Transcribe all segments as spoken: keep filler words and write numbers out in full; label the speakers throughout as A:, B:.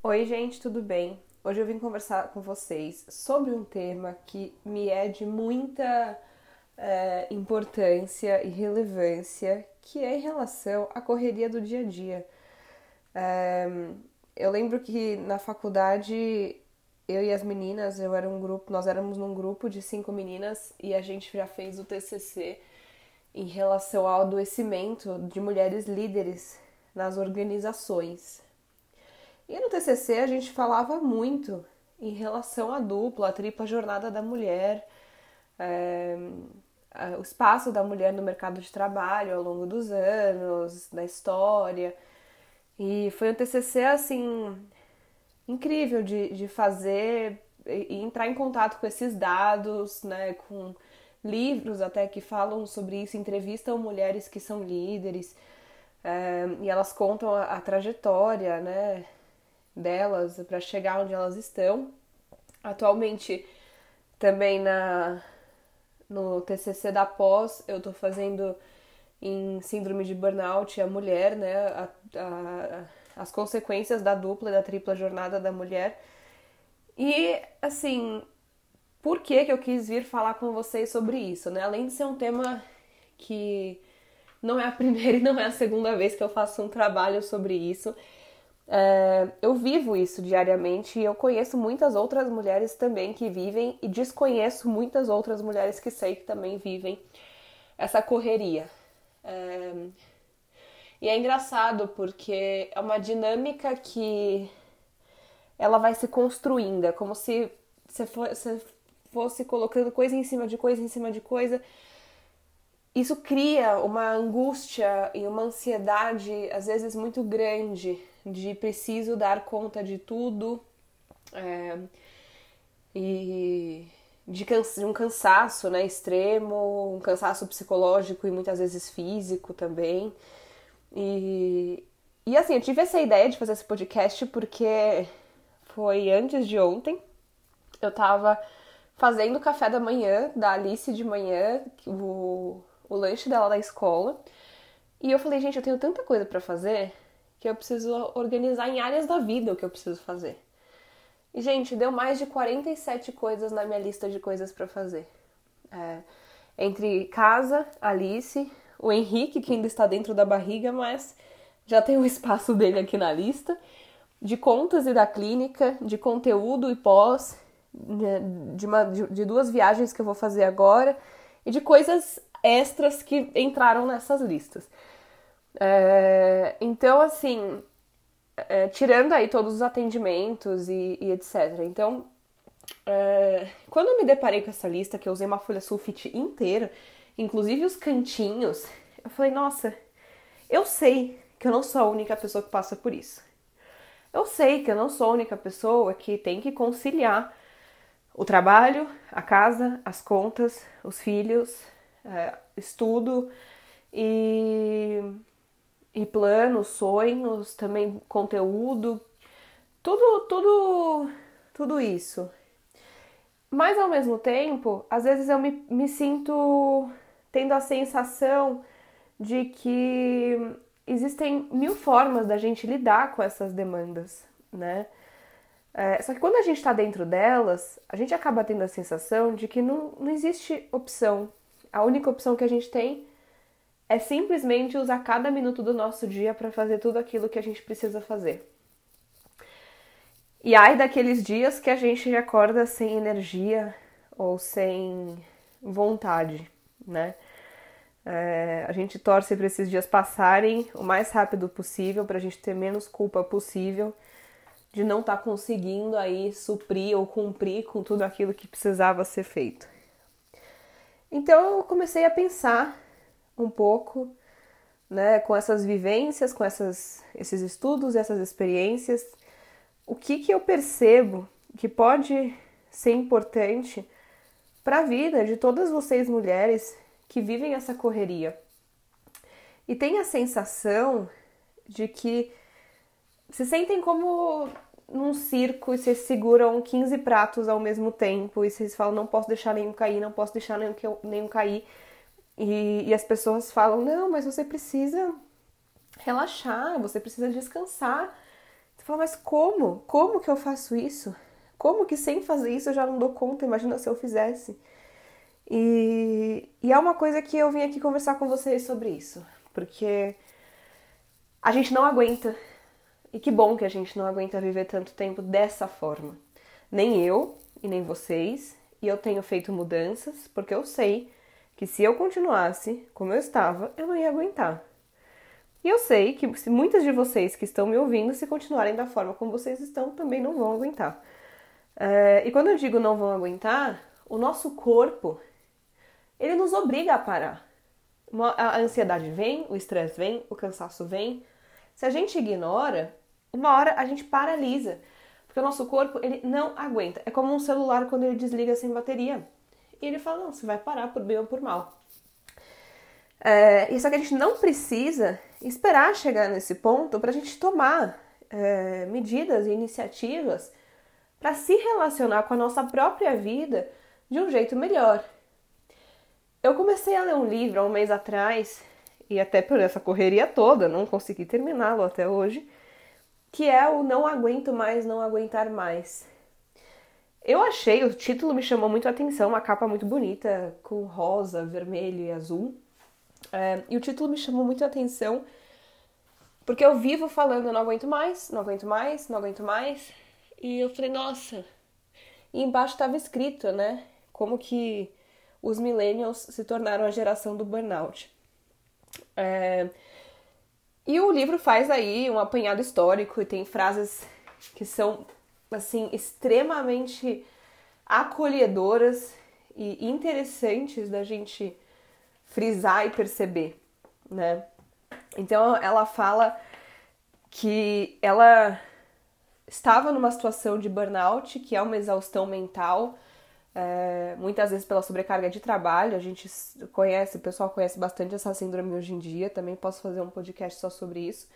A: Oi, gente, tudo bem? Hoje eu vim conversar com vocês sobre um tema que me é de muita eh, importância e relevância, que é em relação à correria do dia a dia. Eh, eu lembro que na faculdade eu e as meninas, eu era um grupo, nós éramos num grupo de cinco meninas e a gente já fez o T C C em relação ao adoecimento de mulheres líderes nas organizações. E no T C C a gente falava muito em relação à dupla, à tripla jornada da mulher, é, o espaço da mulher no mercado de trabalho ao longo dos anos, da história. E foi um T C C, assim, incrível de, de fazer e entrar em contato com esses dados, né, com livros até que falam sobre isso, entrevistam mulheres que são líderes, é, e elas contam a, a trajetória, né, delas para chegar onde elas estão. Atualmente, também na, no T C C da pós, eu estou fazendo em síndrome de burnout a mulher, né, a, a, as consequências da dupla e da tripla jornada da mulher. E, assim, por que que eu quis vir falar com vocês sobre isso, né? Além de ser um tema que não é a primeira e não é a segunda vez que eu faço um trabalho sobre isso, é, eu vivo isso diariamente e eu conheço muitas outras mulheres também que vivem e desconheço muitas outras mulheres que sei que também vivem essa correria. É, e é engraçado porque é uma dinâmica que ela vai se construindo, é como se você fosse colocando coisa em cima de coisa em cima de coisa. Isso cria uma angústia e uma ansiedade, às vezes, muito grande, de preciso dar conta de tudo, é, e de, cansa- de um cansaço, né, extremo, um cansaço psicológico e muitas vezes físico também. E, e assim, eu tive essa ideia de fazer esse podcast porque foi antes de ontem. Eu tava fazendo o café da manhã da Alice de manhã, o, o lanche dela da escola. E eu falei, gente, eu tenho tanta coisa pra fazer que eu preciso organizar em áreas da vida o que eu preciso fazer. E, gente, deu mais de quarenta e sete coisas na minha lista de coisas pra fazer. É, entre casa, Alice, o Henrique, que ainda está dentro da barriga, mas já tem um espaço dele aqui na lista, de contas e da clínica, de conteúdo e pós, de, uma, de, de duas viagens que eu vou fazer agora e de coisas extras que entraram nessas listas. É, então, assim, é, tirando aí todos os atendimentos e, e etcétera. Então, é, quando eu me deparei com essa lista, que eu usei uma folha sulfite inteira, inclusive os cantinhos, eu falei, nossa, eu sei que eu não sou a única pessoa que passa por isso. Eu sei que eu não sou a única pessoa que tem que conciliar o trabalho, a casa, as contas, os filhos, é, estudo e, e planos, sonhos, também conteúdo, tudo, tudo, tudo isso. Mas ao mesmo tempo, às vezes eu me, me sinto tendo a sensação de que existem mil formas da gente lidar com essas demandas, né? É, só que quando a gente está dentro delas, a gente acaba tendo a sensação de que não, não existe opção. A única opção que a gente tem é simplesmente usar cada minuto do nosso dia para fazer tudo aquilo que a gente precisa fazer. E ai daqueles dias que a gente acorda sem energia ou sem vontade, né? É, a gente torce para esses dias passarem o mais rápido possível, para a gente ter menos culpa possível de não estar tá conseguindo aí suprir ou cumprir com tudo aquilo que precisava ser feito. Então eu comecei a pensar um pouco, né, com essas vivências, com essas, esses estudos, essas experiências, o que que eu percebo que pode ser importante para a vida de todas vocês mulheres que vivem essa correria. E tem a sensação de que se sentem como num circo e vocês seguram quinze pratos ao mesmo tempo e vocês falam, não posso deixar nenhum cair, não posso deixar nenhum, nenhum cair. E, e as pessoas falam, não, mas você precisa relaxar, você precisa descansar. Você fala, mas como? Como que eu faço isso? Como que sem fazer isso eu já não dou conta? Imagina se eu fizesse. E, e é uma coisa que eu vim aqui conversar com vocês sobre isso. Porque a gente não aguenta. E que bom que a gente não aguenta viver tanto tempo dessa forma. Nem eu e nem vocês. E eu tenho feito mudanças, porque eu sei que se eu continuasse como eu estava, eu não ia aguentar. E eu sei que se muitas de vocês que estão me ouvindo, se continuarem da forma como vocês estão, também não vão aguentar. É, e quando eu digo não vão aguentar, o nosso corpo, ele nos obriga a parar. Uma, a ansiedade vem, o estresse vem, o cansaço vem. Se a gente ignora, uma hora a gente paralisa. Porque o nosso corpo, ele não aguenta. É como um celular quando ele desliga sem bateria. E ele fala, não, você vai parar por bem ou por mal. É, e só que a gente não precisa esperar chegar nesse ponto para a gente tomar é, medidas e iniciativas para se relacionar com a nossa própria vida de um jeito melhor. Eu comecei a ler um livro há um mês atrás, e até por essa correria toda, não consegui terminá-lo até hoje, que é o Não Aguento Mais, Não Aguentar Mais. Eu achei, o título me chamou muito a atenção, uma capa muito bonita, com rosa, vermelho e azul. É, e o título me chamou muito a atenção, porque eu vivo falando, não aguento mais, não aguento mais, não aguento mais. E eu falei, nossa. E embaixo estava escrito, né, como que os millennials se tornaram a geração do burnout. É, e o livro faz aí um apanhado histórico e tem frases que são, assim, extremamente acolhedoras e interessantes da gente frisar e perceber, né? Então ela fala que ela estava numa situação de burnout, que é uma exaustão mental, é, muitas vezes pela sobrecarga de trabalho. A gente conhece, o pessoal conhece bastante essa síndrome hoje em dia, também posso fazer um podcast só sobre isso.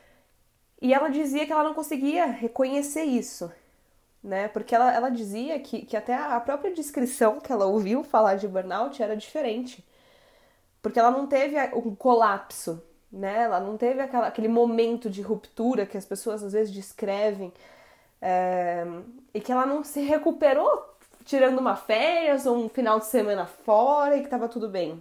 A: E ela dizia que ela não conseguia reconhecer isso, né? Porque ela, ela dizia que, que até a própria descrição que ela ouviu falar de burnout era diferente. Porque ela não teve um colapso, né? Ela não teve aquela, aquele momento de ruptura que as pessoas às vezes descrevem, é, e que ela não se recuperou tirando uma férias ou um final de semana fora e que tava tudo bem.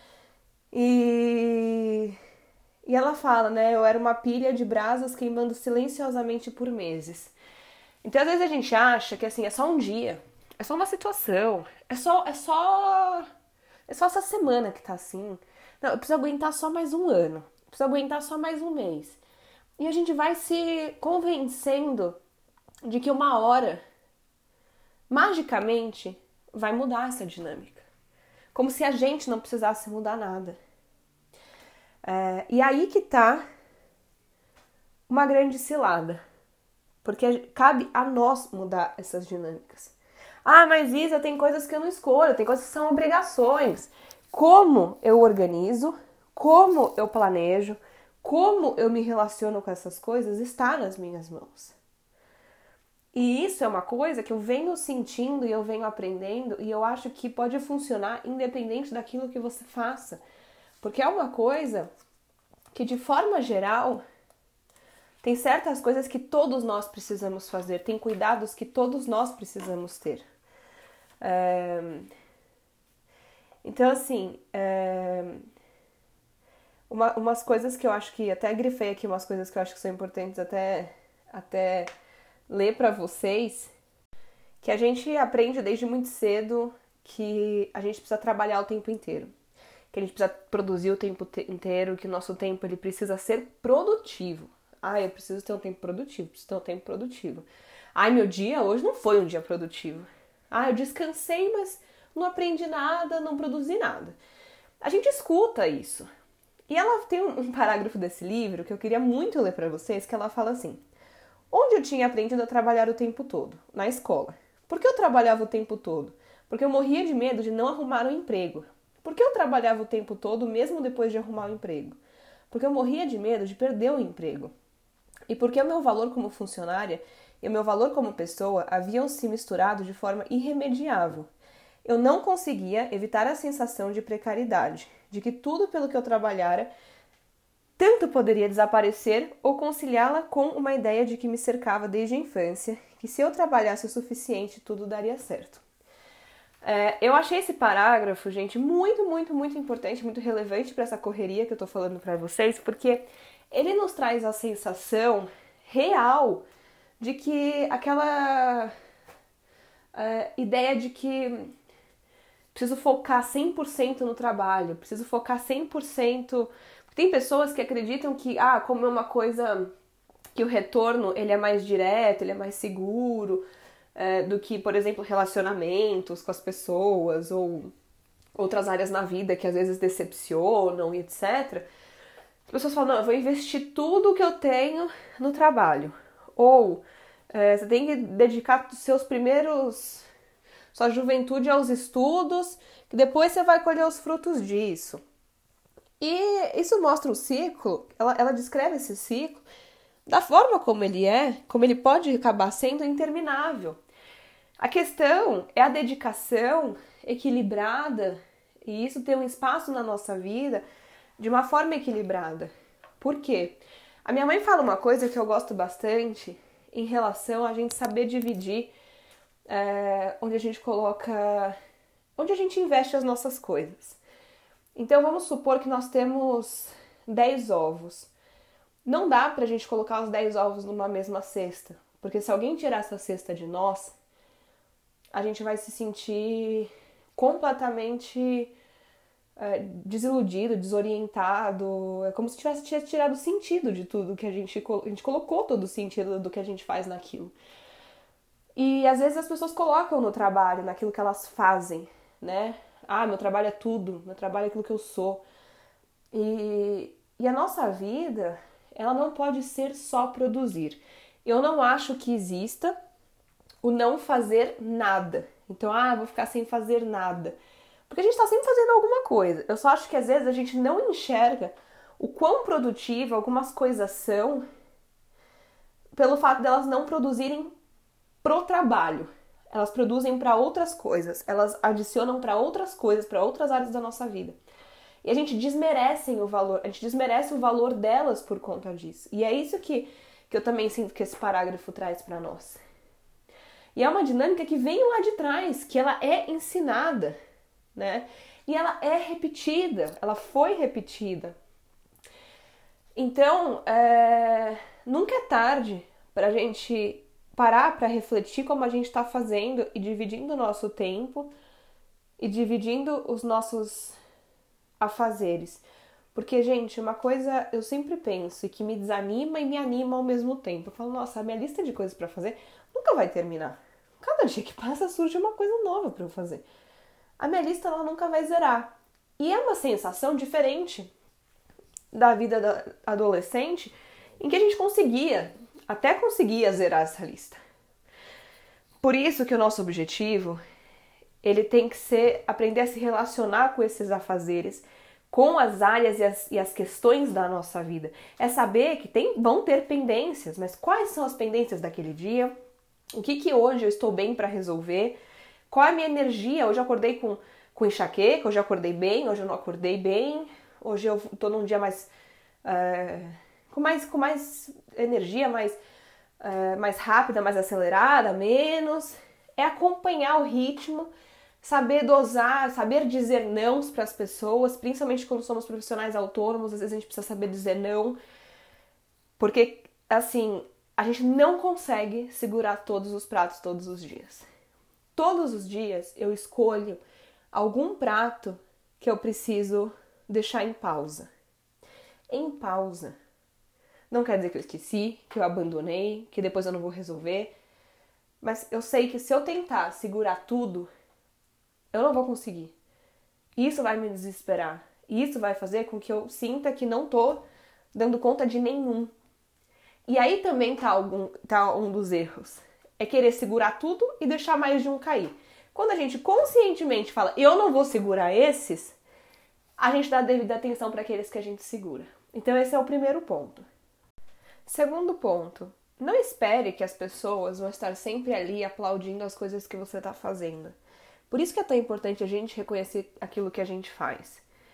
A: E, e ela fala, né? Eu era uma pilha de brasas queimando silenciosamente por meses. Então às vezes a gente acha que assim, é só um dia, é só uma situação, é só... É só... É só essa semana que tá assim. Não, eu preciso aguentar só mais um ano. Eu preciso aguentar só mais um mês. E a gente vai se convencendo de que uma hora, magicamente, vai mudar essa dinâmica. Como se a gente não precisasse mudar nada. É, e aí que tá uma grande cilada. Porque cabe a nós mudar essas dinâmicas. Ah, mas Isa, tem coisas que eu não escolho, tem coisas que são obrigações. Como eu organizo, como eu planejo, como eu me relaciono com essas coisas, está nas minhas mãos. E isso é uma coisa que eu venho sentindo e eu venho aprendendo, e eu acho que pode funcionar independente daquilo que você faça. Porque é uma coisa que, de forma geral, tem certas coisas que todos nós precisamos fazer, tem cuidados que todos nós precisamos ter. É... Então, assim, é... Uma, umas coisas que eu acho que, até grifei aqui umas coisas que eu acho que são importantes até, até ler para vocês, que a gente aprende desde muito cedo que a gente precisa trabalhar o tempo inteiro, que a gente precisa produzir o tempo te- inteiro, que o nosso tempo ele precisa ser produtivo. Ah, eu preciso ter um tempo produtivo, preciso ter um tempo produtivo. Ai, meu dia hoje não foi um dia produtivo. Ah, eu descansei, mas não aprendi nada, não produzi nada. A gente escuta isso. E ela tem um parágrafo desse livro que eu queria muito ler para vocês, que ela fala assim: onde eu tinha aprendido a trabalhar o tempo todo? Na escola. Por que eu trabalhava o tempo todo? Porque eu morria de medo de não arrumar um emprego. Por que eu trabalhava o tempo todo mesmo depois de arrumar um emprego? Porque eu morria de medo de perder o emprego. E porque o meu valor como funcionária e o meu valor como pessoa haviam se misturado de forma irremediável. Eu não conseguia evitar a sensação de precariedade, de que tudo pelo que eu trabalhara tanto poderia desaparecer ou conciliá-la com uma ideia de que me cercava desde a infância, que se eu trabalhasse o suficiente, tudo daria certo. É, eu achei esse parágrafo, gente, muito, muito, muito importante, muito relevante para essa correria que eu tô falando para vocês, porque ele nos traz a sensação real de que aquela é, ideia de que preciso focar cem por cento no trabalho, preciso focar cem por cento... Tem pessoas que acreditam que, ah, como é uma coisa que o retorno ele é mais direto, ele é mais seguro, é, do que, por exemplo, relacionamentos com as pessoas ou outras áreas na vida que às vezes decepcionam e etcétera. As pessoas falam, não, eu vou investir tudo o que eu tenho no trabalho. Ou é, você tem que dedicar os seus primeiros... sua juventude aos estudos, que depois você vai colher os frutos disso. E isso mostra o ciclo, ela, ela descreve esse ciclo da forma como ele é, como ele pode acabar sendo interminável. A questão é a dedicação equilibrada, e isso ter um espaço na nossa vida de uma forma equilibrada. Por quê? A minha mãe fala uma coisa que eu gosto bastante em relação a gente saber dividir é, onde a gente coloca, onde a gente investe as nossas coisas. Então vamos supor que nós temos dez ovos. Não dá pra gente colocar os dez ovos numa mesma cesta, porque se alguém tirar essa cesta de nós, a gente vai se sentir completamente é, desiludido, desorientado. É como se tivesse tirado o sentido de tudo que a gente... A gente colocou todo o sentido do que a gente faz naquilo. E às vezes as pessoas colocam no trabalho, naquilo que elas fazem, né? Ah, meu trabalho é tudo, meu trabalho é aquilo que eu sou. E, e a nossa vida, ela não pode ser só produzir. Eu não acho que exista o não fazer nada. Então, ah, vou ficar sem fazer nada. Porque a gente está sempre fazendo alguma coisa. Eu só acho que às vezes a gente não enxerga o quão produtiva algumas coisas são pelo fato delas não produzirem pro trabalho. Elas produzem para outras coisas, elas adicionam para outras coisas, para outras áreas da nossa vida. E a gente desmerece o valor, a gente desmerece o valor delas por conta disso. E é isso que, que eu também sinto que esse parágrafo traz para nós. E é uma dinâmica que vem lá de trás, que ela é ensinada, né? E ela é repetida, ela foi repetida. Então, é... nunca é tarde para a gente parar para refletir como a gente está fazendo e dividindo o nosso tempo e dividindo os nossos afazeres. Porque, gente, uma coisa eu sempre penso e que me desanima e me anima ao mesmo tempo. Eu falo, nossa, a minha lista de coisas para fazer nunca vai terminar. Cada dia que passa surge uma coisa nova para eu fazer. A minha lista ela nunca vai zerar. E é uma sensação diferente da vida da adolescente em que a gente conseguia, até conseguia zerar essa lista. Por isso que o nosso objetivo, ele tem que ser aprender a se relacionar com esses afazeres, com as áreas e as, e as questões da nossa vida. É saber que tem, vão ter pendências, mas quais são as pendências daquele dia? O que que hoje eu estou bem para resolver? Qual é a minha energia? Hoje eu acordei com, com enxaqueca, hoje eu acordei bem, hoje eu não acordei bem, hoje eu estou num dia mais... Uh, com mais, com mais energia, mais, uh, mais rápida, mais acelerada, menos. É acompanhar o ritmo, saber dosar, saber dizer não para as pessoas, principalmente quando somos profissionais autônomos, às vezes a gente precisa saber dizer não, porque, assim, a gente não consegue segurar todos os pratos todos os dias. Todos os dias eu escolho algum prato que eu preciso deixar em pausa. Em pausa. Não quer dizer que eu esqueci, que eu abandonei, que depois eu não vou resolver. Mas eu sei que se eu tentar segurar tudo, eu não vou conseguir. Isso vai me desesperar. Isso vai fazer com que eu sinta que não tô dando conta de nenhum. E aí também tá, algum, tá um dos erros. É querer segurar tudo e deixar mais de um cair. Quando a gente conscientemente fala, eu não vou segurar esses, a gente dá a devida atenção para aqueles que a gente segura. Então esse é o primeiro ponto. Segundo ponto, não espere que as pessoas vão estar sempre ali aplaudindo as coisas que você está fazendo. Por isso que é tão importante a gente reconhecer aquilo que a gente faz.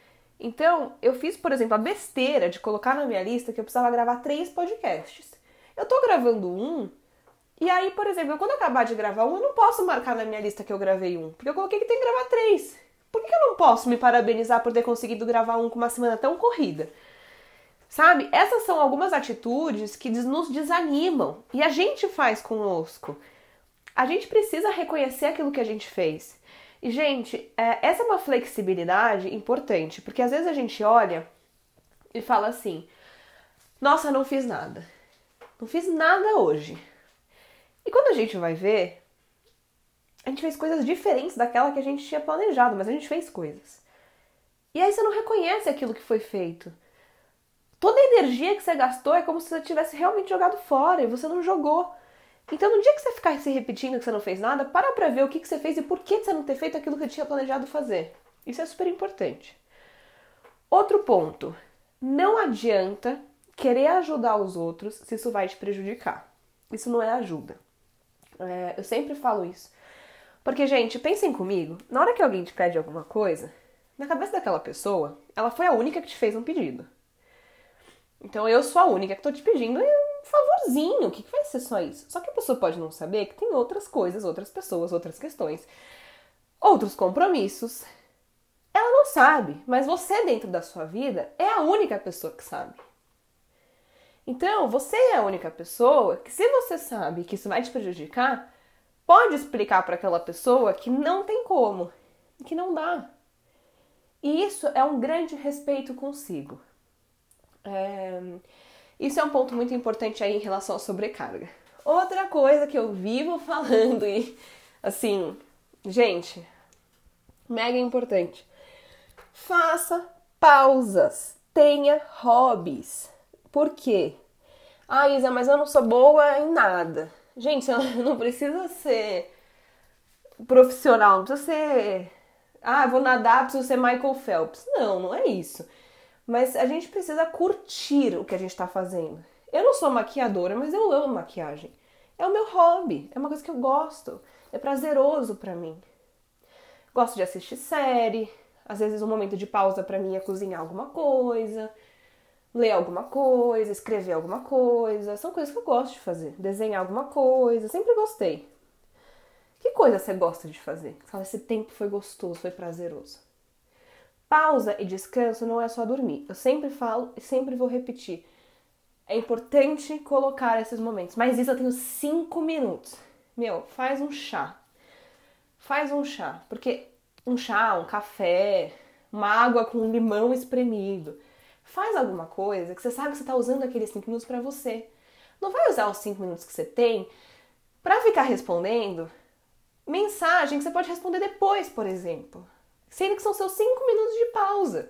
A: Então, eu fiz, por exemplo, a besteira de colocar na minha lista que eu precisava gravar três podcasts. Eu tô gravando um, e aí, por exemplo, quando eu acabar de gravar um, eu não posso marcar na minha lista que eu gravei um, porque eu coloquei que tem que gravar três. Por que eu não posso me parabenizar por ter conseguido gravar um com uma semana tão corrida? Sabe? Essas são algumas atitudes que nos desanimam, e a gente faz conosco. A gente precisa reconhecer aquilo que a gente fez. E, gente, essa é uma flexibilidade importante, porque às vezes a gente olha e fala assim, nossa, não fiz nada. Não fiz nada hoje. E quando a gente vai ver, a gente fez coisas diferentes daquela que a gente tinha planejado, mas a gente fez coisas. E aí você não reconhece aquilo que foi feito. Toda a energia que você gastou é como se você tivesse realmente jogado fora e você não jogou. Então, no dia que você ficar se repetindo que você não fez nada, para pra ver o que você fez e por que você não ter feito aquilo que tinha planejado fazer. Isso é super importante. Outro ponto. Não adianta querer ajudar os outros se isso vai te prejudicar. Isso não é ajuda. É, eu sempre falo isso. Porque, gente, pensem comigo. Na hora que alguém te pede alguma coisa, na cabeça daquela pessoa, ela foi a única que te fez um pedido. Então, eu sou a única que tô te pedindo um favorzinho, o que vai ser só isso? Só que a pessoa pode não saber que tem outras coisas, outras pessoas, outras questões, outros compromissos. Ela não sabe, mas você dentro da sua vida é a única pessoa que sabe. Então, você é a única pessoa que, se você sabe que isso vai te prejudicar, pode explicar para aquela pessoa que não tem como, que não dá. E isso é um grande respeito consigo. É... Isso é um ponto muito importante aí em relação à sobrecarga. Outra coisa que eu vivo falando e, assim, gente, mega importante. Faça pausas, tenha hobbies. Por quê? Ah, Isa, mas eu não sou boa em nada. Gente, você não precisa ser profissional, não precisa ser... Ah, vou nadar, preciso ser Michael Phelps. Não, não é isso. Mas a gente precisa curtir o que a gente tá fazendo. Eu não sou maquiadora, mas eu amo maquiagem. É o meu hobby, é uma coisa que eu gosto. É prazeroso pra mim. Gosto de assistir série. Às vezes um momento de pausa pra mim é cozinhar alguma coisa, ler alguma coisa, escrever alguma coisa. São coisas que eu gosto de fazer. Desenhar alguma coisa, sempre gostei. Que coisa você gosta de fazer? Você fala, esse tempo foi gostoso, foi prazeroso. Pausa e descanso não é só dormir. Eu sempre falo e sempre vou repetir. É importante colocar esses momentos. Mas isso eu tenho cinco minutos. Meu, faz um chá. Faz um chá. Porque um chá, um café, uma água com limão espremido. Faz alguma coisa que você sabe que você está usando aqueles cinco minutos para você. Não vai usar os cinco minutos que você tem para ficar respondendo mensagem que você pode responder depois, por exemplo. Sendo que são seus cinco minutos de pausa.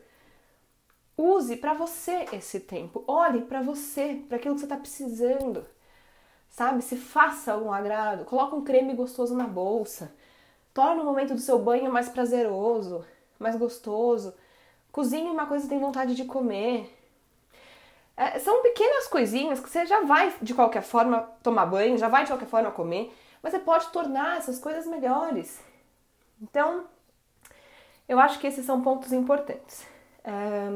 A: Use para você esse tempo. Olhe para você, para aquilo que você está precisando. Sabe? Se faça um agrado. Coloque um creme gostoso na bolsa. Torne o momento do seu banho mais prazeroso, mais gostoso. Cozinhe uma coisa que você tem vontade de comer. É, são pequenas coisinhas que você já vai, de qualquer forma, tomar banho, já vai, de qualquer forma, comer. Mas você pode tornar essas coisas melhores. Então... eu acho que esses são pontos importantes. É...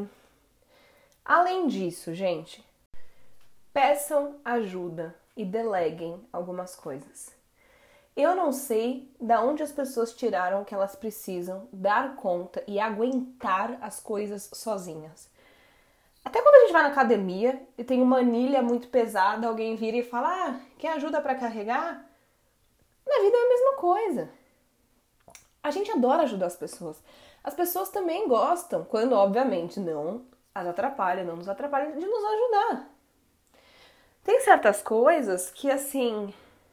A: Além disso, gente, peçam ajuda e deleguem algumas coisas. Eu não sei de onde as pessoas tiraram que elas precisam dar conta e aguentar as coisas sozinhas. Até quando a gente vai na academia e tem uma anilha muito pesada, alguém vira e fala, ah, quer ajuda para carregar? Na vida é a mesma coisa. A gente adora ajudar as pessoas. As pessoas também gostam, quando obviamente não as atrapalha, não nos atrapalha, de nos ajudar. Tem certas coisas que, assim,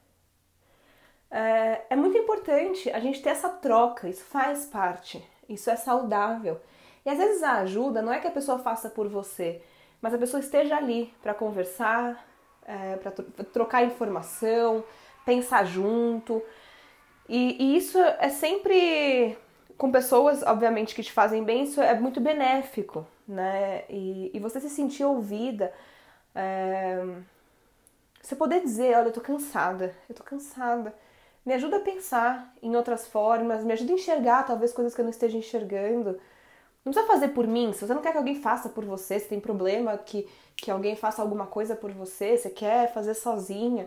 A: é, é muito importante a gente ter essa troca, isso faz parte, isso é saudável. E às vezes a ajuda não é que a pessoa faça por você, mas a pessoa esteja ali para conversar, é, para trocar informação, pensar junto. E, e isso é sempre... com pessoas, obviamente, que te fazem bem, isso é muito benéfico, né? E, e você se sentir ouvida, é... você poder dizer, olha, eu tô cansada, eu tô cansada. Me ajuda a pensar em outras formas, me ajuda a enxergar, talvez, coisas que eu não esteja enxergando. Não precisa fazer por mim, se você não quer que alguém faça por você, se tem problema que, que alguém faça alguma coisa por você, você quer fazer sozinha.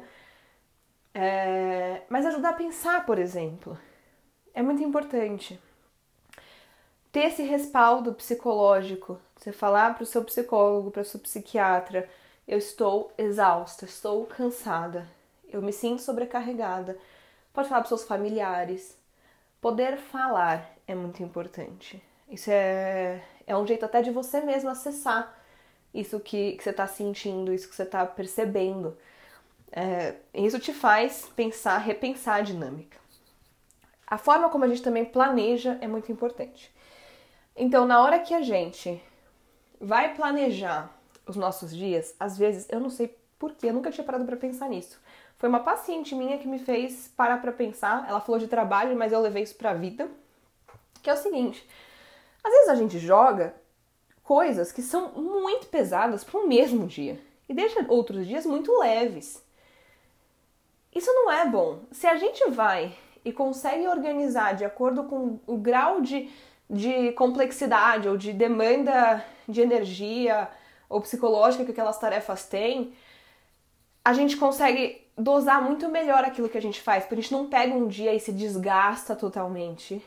A: É... Mas ajudar a pensar, por exemplo, é muito importante. Ter esse respaldo psicológico, você falar para o seu psicólogo, para o seu psiquiatra, eu estou exausta, estou cansada, eu me sinto sobrecarregada. Pode falar para os seus familiares. Poder falar é muito importante. Isso é, é um jeito até de você mesmo acessar isso que, que você está sentindo, isso que você está percebendo. É, isso te faz pensar, repensar a dinâmica. A forma como a gente também planeja é muito importante. Então, na hora que a gente vai planejar os nossos dias, às vezes, eu não sei porquê, eu nunca tinha parado para pensar nisso. Foi uma paciente minha que me fez parar para pensar. Ela falou de trabalho, mas eu levei isso para a vida. Que é o seguinte, às vezes a gente joga coisas que são muito pesadas para o mesmo dia e deixa outros dias muito leves. Isso não é bom. Se a gente vai e consegue organizar de acordo com o grau de, de complexidade ou de demanda de energia ou psicológica que aquelas tarefas têm, a gente consegue dosar muito melhor aquilo que a gente faz, porque a gente não pega um dia e se desgasta totalmente.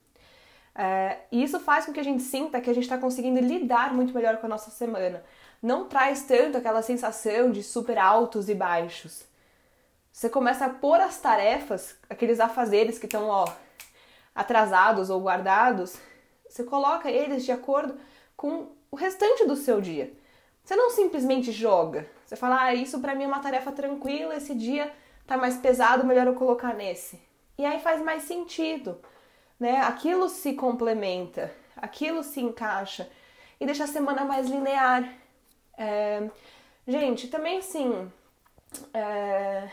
A: É, e isso faz com que a gente sinta que a gente está conseguindo lidar muito melhor com a nossa semana. Não traz tanto aquela sensação de super altos e baixos. Você começa a pôr as tarefas, aqueles afazeres que estão ó, atrasados ou guardados, você coloca eles de acordo com o restante do seu dia. Você não simplesmente joga. Você fala, ah, isso pra mim é uma tarefa tranquila, esse dia tá mais pesado, melhor eu colocar nesse. E aí faz mais sentido, né? Aquilo se complementa, aquilo se encaixa e deixa a semana mais linear. É... Gente, também assim, é...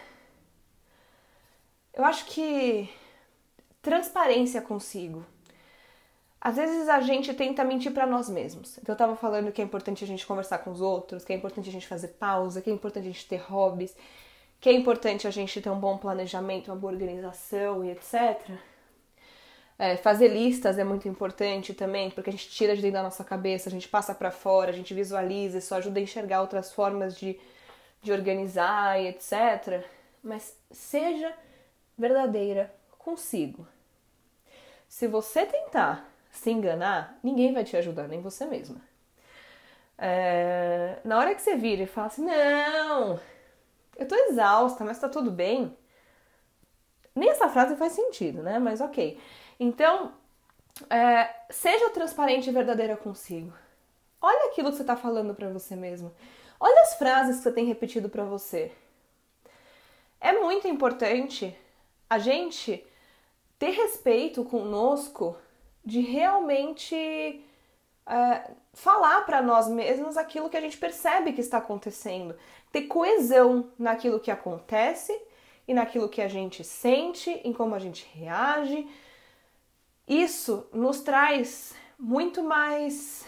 A: eu acho que transparência consigo. Às vezes a gente tenta mentir pra nós mesmos. Então eu tava falando que é importante a gente conversar com os outros, que é importante a gente fazer pausa, que é importante a gente ter hobbies, que é importante a gente ter um bom planejamento, uma boa organização e etcétera. É, fazer listas é muito importante também, porque a gente tira de dentro da nossa cabeça, a gente passa pra fora, a gente visualiza, isso ajuda a enxergar outras formas de, de organizar e etcétera. Mas seja verdadeira consigo. Se você tentar se enganar, ninguém vai te ajudar, nem você mesma. É... Na hora que você vira e fala assim, não, eu tô exausta, mas tá tudo bem. Nem essa frase faz sentido, né? Mas ok. Então, é... seja transparente e verdadeira consigo. Olha aquilo que você tá falando pra você mesma. Olha as frases que você tem repetido pra você. É muito importante a gente ter respeito conosco de realmente é, falar para nós mesmos aquilo que a gente percebe que está acontecendo. Ter coesão naquilo que acontece e naquilo que a gente sente, em como a gente reage. Isso nos traz muito mais...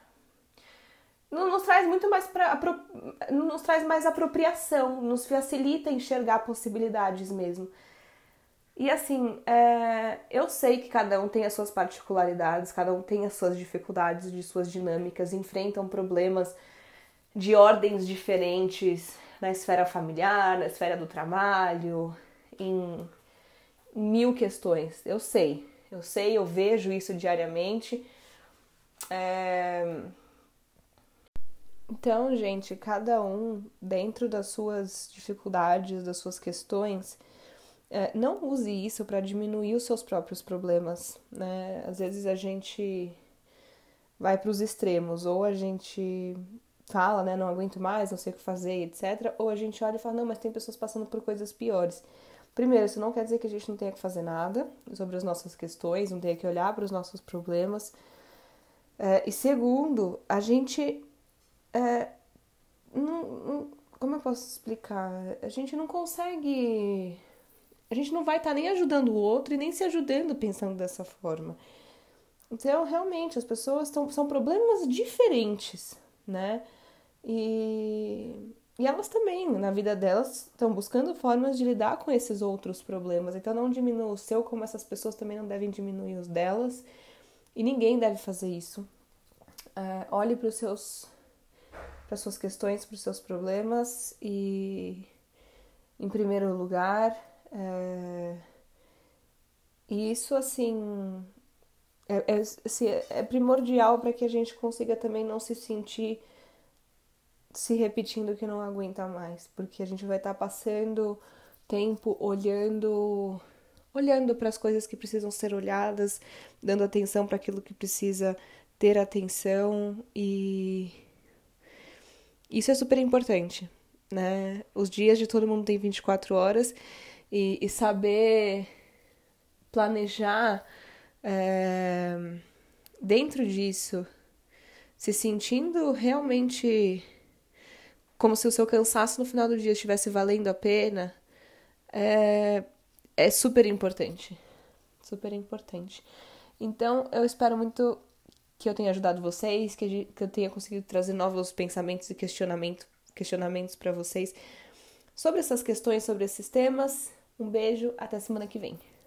A: Nos traz muito mais pra, nos traz mais apropriação, nos facilita enxergar possibilidades mesmo. E assim, é, eu sei que cada um tem as suas particularidades, cada um tem as suas dificuldades, de suas dinâmicas, enfrentam problemas de ordens diferentes na esfera familiar, na esfera do trabalho, em mil questões. Eu sei, eu sei, eu vejo isso diariamente. É... Então, gente, cada um, dentro das suas dificuldades, das suas questões, é, não use isso para diminuir os seus próprios problemas, né? Às vezes a gente vai para os extremos, ou a gente fala, né, não aguento mais, não sei o que fazer, etcétera. Ou a gente olha e fala, não, mas tem pessoas passando por coisas piores. Primeiro, isso não quer dizer que a gente não tenha que fazer nada sobre as nossas questões, não tenha que olhar para os nossos problemas. É, e segundo, a gente... É, não, não, como eu posso explicar? A gente não consegue... A gente não vai estar nem ajudando o outro e nem se ajudando pensando dessa forma. Então, realmente, as pessoas tão, são problemas diferentes, né? E, e elas também, na vida delas, estão buscando formas de lidar com esses outros problemas. Então, não diminua o seu, como essas pessoas também não devem diminuir os delas. E ninguém deve fazer isso. É, olhe para os seus, para suas questões, para os seus problemas e, em primeiro lugar, é, e isso, assim, é, é, assim, é primordial para que a gente consiga também não se sentir se repetindo que não aguenta mais, porque a gente vai estar passando tempo olhando olhando para as coisas que precisam ser olhadas, dando atenção para aquilo que precisa ter atenção, e isso é super importante, né? Os dias de todo mundo tem vinte e quatro horas, e, e saber planejar é, dentro disso, se sentindo realmente como se o seu cansaço no final do dia estivesse valendo a pena, é, é super importante. Super importante. Então, eu espero muito que eu tenha ajudado vocês, que eu tenha conseguido trazer novos pensamentos e questionamento, questionamentos para vocês sobre essas questões, sobre esses temas. Um beijo, até semana que vem.